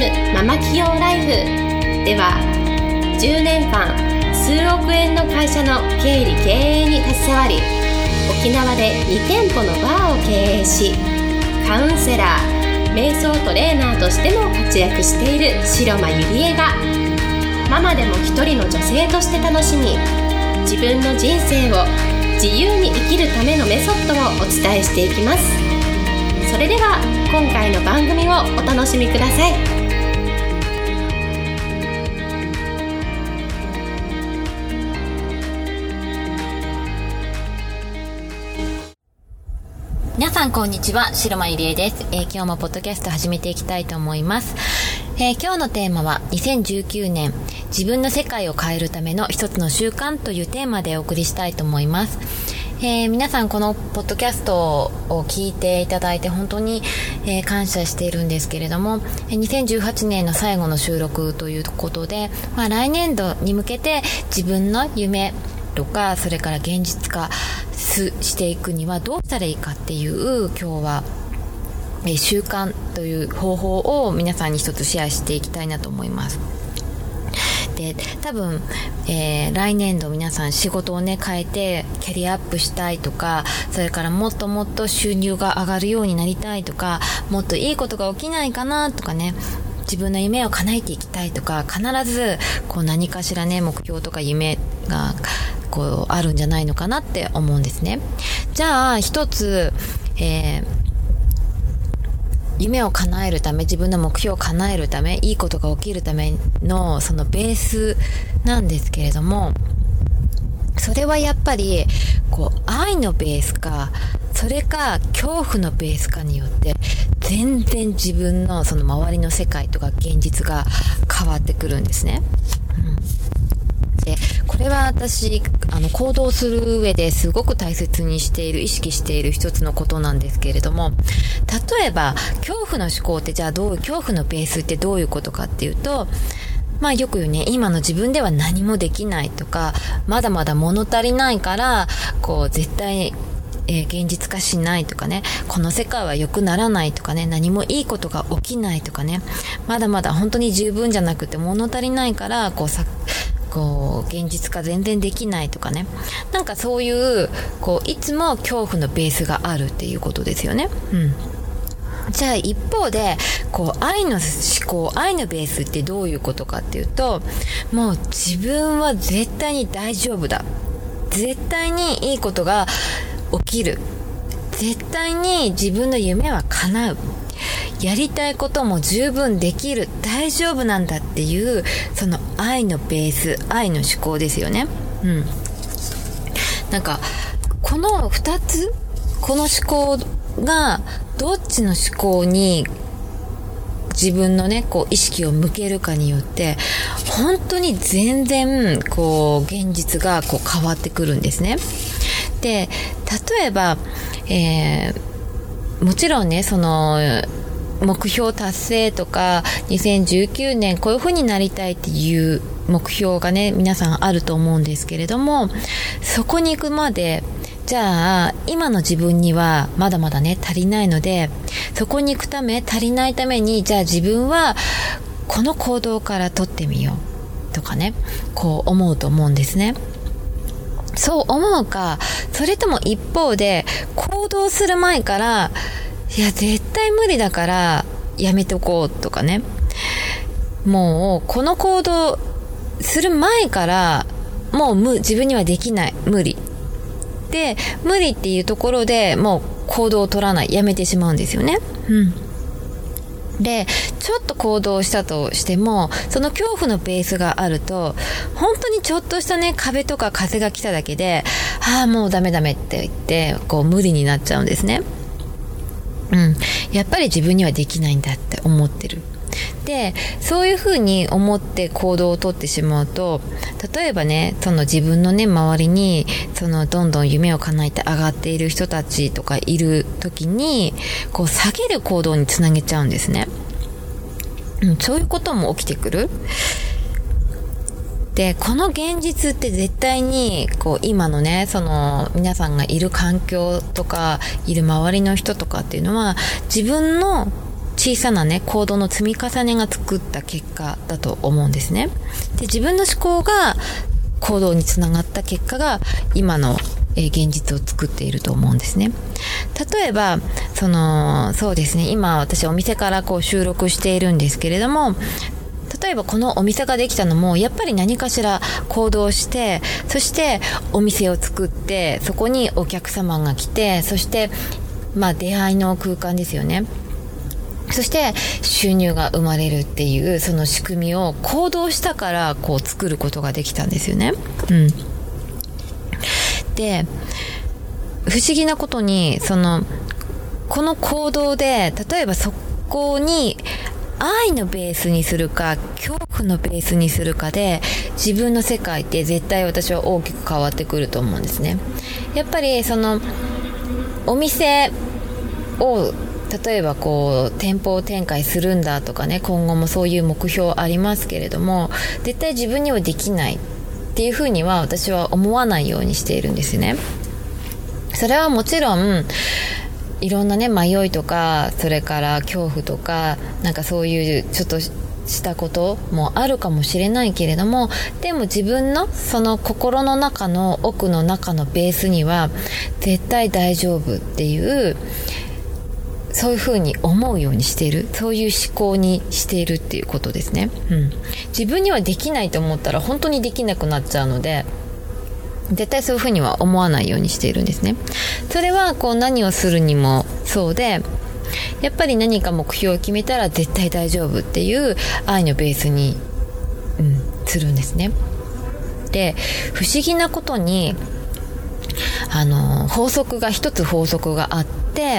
ママ企業ライフでは、10年間数億円の会社の経理経営に携わり、沖縄で2店舗のバーを経営し、カウンセラー、瞑想トレーナーとしても活躍している白間ゆりえが、ママでも一人の女性として楽しみ、自分の人生を自由に生きるためのメソッドをお伝えしていきます。それでは今回の番組をお楽しみください。 皆さんこんにちは、白間ゆりえです。今日もポッドキャスト始めていきたいと思います。今日のテーマは2019年自分の世界を変えるための一つの習慣というテーマでお送りしたいと思います。皆さんこのポッドキャストを聞いていただいて本当に、感謝しているんですけれども、2018年の最後の収録ということで、来年度に向けて自分の夢とか、それから現実化していくにはどうしたらいいかっていう今日は習慣という方法を皆さんに一つシェアしていきたいなと思います。で、多分、来年度皆さん仕事をね変えてキャリアアップしたいとか、それからもっともっと収入が上がるようになりたいとか、もっといいことが起きないかなとかね、自分の夢を叶えていきたいとか、必ずこう何かしらね目標とか夢がこうあるんじゃないのかなって思うんですね。じゃあ一つ、夢を叶えるため、自分の目標を叶えるため、いいことが起きるためのそのベースなんですけれども、それはやっぱりこう愛のベースか、それか恐怖のベースかによって全然自分のその周りの世界とか現実が変わってくるんですね。でこれは私行動する上ですごく大切にしている、意識している一つのことなんですけれども、例えば恐怖の思考って、じゃあ恐怖のベースってどういうことかっていうと、よく言うね、今の自分では何もできないとか、まだまだ物足りないからこう絶対現実化しないとかね、この世界は良くならないとかね、何もいいことが起きないとかね、まだまだ本当に十分じゃなくて物足りないからこう現実化全然できないとかね、なんかそういういつも恐怖のベースがあるっていうことですよね。じゃあ一方で愛の思考、愛のベースってどういうことかっていうと、もう自分は絶対に大丈夫だ、絶対にいいことが起きる、絶対に自分の夢は叶う、やりたいことも十分できる、大丈夫なんだっていう、その愛のベース、愛の思考ですよね。なんかこの2つ、この思考がどっちの思考に自分のね意識を向けるかによって本当に全然現実が変わってくるんですね。で、例えば、もちろんね、その目標達成とか2019年こういう風になりたいっていう目標がね皆さんあると思うんですけれども、そこに行くまで、じゃあ今の自分にはまだまだね足りないので、そこに行くため、足りないために、じゃあ自分はこの行動から取ってみようとかね、思うと思うんですね。そう思うか、それとも一方で行動する前から、いや絶対無理だからやめておこうとかね、もうこの行動する前からもう自分にはできない、無理で、無理っていうところでもう行動を取らない、やめてしまうんですよね。で、ちょっと行動したとしても、その恐怖のベースがあると、本当にちょっとしたね壁とか風が来ただけで、もうダメって言って無理になっちゃうんですね。やっぱり自分にはできないんだって思ってる。で、そういうふうに思って行動をとってしまうと、例えばね、その自分のね周りにそのどんどん夢を叶えて上がっている人たちとかいる時に下げる行動につなげちゃうんですね。そういうことも起きてくる。で、この現実って絶対に今のね、その皆さんがいる環境とかいる周りの人とかっていうのは自分の小さなね行動の積み重ねが作った結果だと思うんですね。で、自分の思考が行動につながった結果が今の現実を作っていると思うんですね。例えばそうですね、今私お店から収録しているんですけれども、例えばこのお店ができたのもやっぱり何かしら行動して、そしてお店を作って、そこにお客様が来て、そして出会いの空間ですよね。そして収入が生まれるっていうその仕組みを行動したから作ることができたんですよね。で、不思議なことにこの行動で、例えばそこに愛のベースにするか恐怖のベースにするかで、自分の世界って絶対私は大きく変わってくると思うんですね。やっぱりお店を例えば店舗を展開するんだとかね、今後もそういう目標ありますけれども、絶対自分にはできないっていうふうには私は思わないようにしているんですね。それはもちろんいろんなね迷いとか、それから恐怖とか、そういうちょっとしたこともあるかもしれないけれども、でも自分のその心の中の奥の中のベースには絶対大丈夫っていう、そういうふうに思うようにしている、そういう思考にしているっていうことですね。自分にはできないと思ったら本当にできなくなっちゃうので、絶対そういうふうには思わないようにしているんですね。それは何をするにもそうで、やっぱり何か目標を決めたら絶対大丈夫っていう愛のベースに、するんですね。で、不思議なことに一つ法則があって、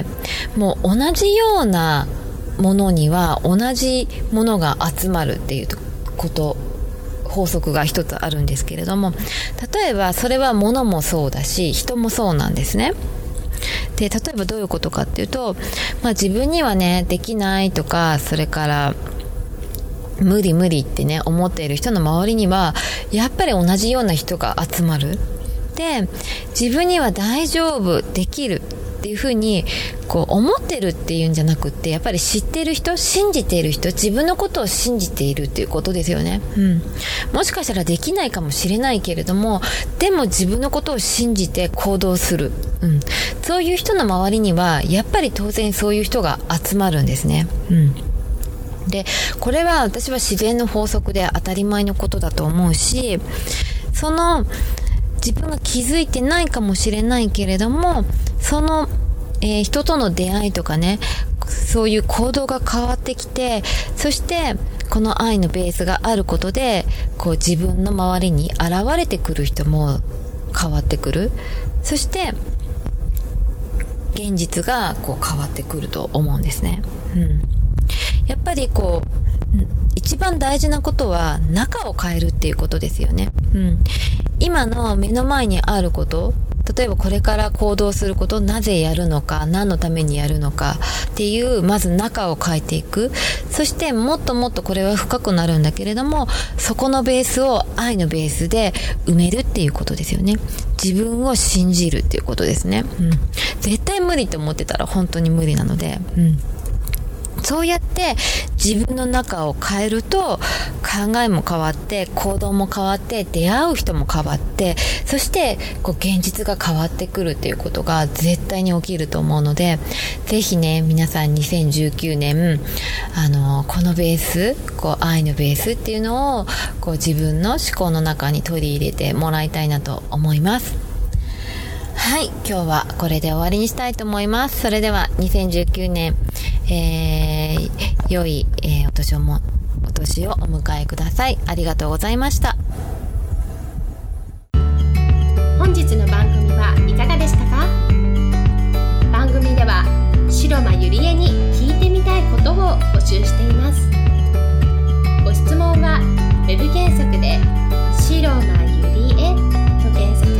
もう同じようなものには同じものが集まるっていう法則が一つあるんですけれども、例えばそれは物もそうだし人もそうなんですね。で、例えばどういうことかっていうと、自分にはねできないとか、それから無理ってね思っている人の周りにはやっぱり同じような人が集まる。で、自分には大丈夫、できるっていうふうに思ってるっていうんじゃなくって、やっぱり知っている人、信じている人、自分のことを信じているっていうことですよね。もしかしたらできないかもしれないけれども、でも自分のことを信じて行動する、そういう人の周りにはやっぱり当然そういう人が集まるんですね。で、これは私は自然の法則で当たり前のことだと思うし、自分が気づいてないかもしれないけれども、人との出会いとかね、そういう行動が変わってきて、そしてこの愛のベースがあることで自分の周りに現れてくる人も変わってくる。そして現実が変わってくると思うんですね。やっぱり一番大事なことは中を変えるっていうことですよね。今の目の前にあること、例えばこれから行動すること、なぜやるのか、何のためにやるのかっていう、まず中を変えていく。そしてもっともっとこれは深くなるんだけれども、そこのベースを愛のベースで埋めるっていうことですよね。自分を信じるっていうことですね。絶対無理と思ってたら本当に無理なので、そうやって自分の中を変えると、考えも変わって行動も変わって出会う人も変わって、そして現実が変わってくるっていうことが絶対に起きると思うので、ぜひね皆さん2019年このベース、愛のベースっていうのを自分の思考の中に取り入れてもらいたいなと思います。はい、今日はこれで終わりにしたいと思います。それでは2019年、良い、お年をお迎えください。ありがとうございました。 本日の番組はいかがでしたか？番組では白間ゆりえに聞いてみたいことを募集しています。ご質問はウェブ検索で白間ゆりえと検索